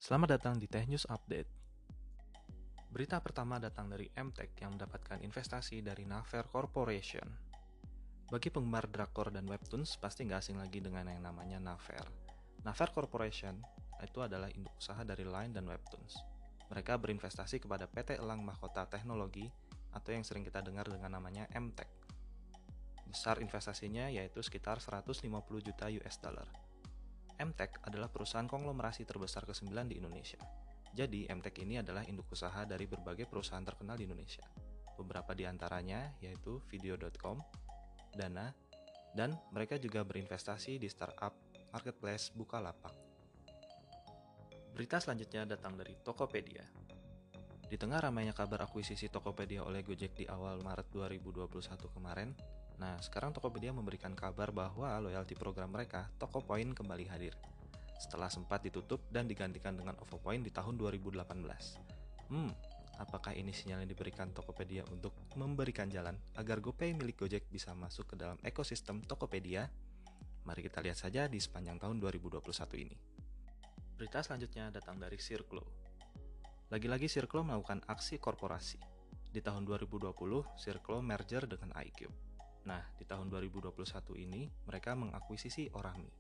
Selamat datang di Tech News Update. Berita pertama datang dari Mtek yang mendapatkan investasi dari Naver Corporation. Bagi penggemar drakor dan webtoons, pasti nggak asing lagi dengan yang namanya Naver. Naver Corporation itu adalah induk usaha dari Line dan Webtoons. Mereka berinvestasi kepada PT Elang Mahkota Teknologi atau yang sering kita dengar dengan namanya Mtek. Besar investasinya yaitu sekitar 150 juta US dollar. Mtek adalah perusahaan konglomerasi terbesar ke-9 di Indonesia. Jadi, Mtek ini adalah induk usaha dari berbagai perusahaan terkenal di Indonesia. Beberapa di antaranya yaitu Video.com, Dana, dan mereka juga berinvestasi di startup marketplace Bukalapak. Berita selanjutnya datang dari Tokopedia. Di tengah ramainya kabar akuisisi Tokopedia oleh Gojek di awal Maret 2021 kemarin, sekarang Tokopedia memberikan kabar bahwa loyalty program mereka, Tokopoint, kembali hadir. Setelah sempat ditutup dan digantikan dengan OVO Point di tahun 2018. Apakah ini sinyal yang diberikan Tokopedia untuk memberikan jalan agar GoPay milik Gojek bisa masuk ke dalam ekosistem Tokopedia? Mari kita lihat saja di sepanjang tahun 2021 ini. Berita selanjutnya datang dari Circlo. Lagi-lagi Circlo melakukan aksi korporasi. Di tahun 2020, Circlo merger dengan iCube. Di tahun 2021 ini, mereka mengakuisisi Orami.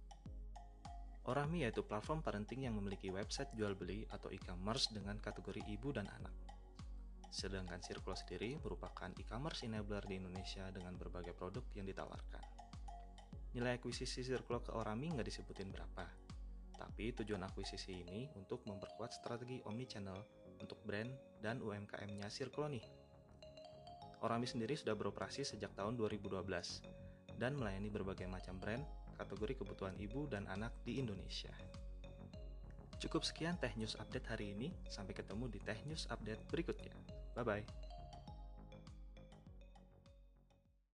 Orami yaitu platform parenting yang memiliki website jual beli atau e-commerce dengan kategori ibu dan anak. Sedangkan Circlo sendiri merupakan e-commerce enabler di Indonesia dengan berbagai produk yang ditawarkan. Nilai akuisisi Circlo ke Orami nggak disebutin berapa, tapi tujuan akuisisi ini untuk memperkuat strategi omnichannel untuk brand dan UMKM-nya Circlo nih. Orami sendiri sudah beroperasi sejak tahun 2012 dan melayani berbagai macam brand kategori kebutuhan ibu dan anak di Indonesia. Cukup sekian Tech News Update hari ini, sampai ketemu di Tech News Update berikutnya. Bye-bye.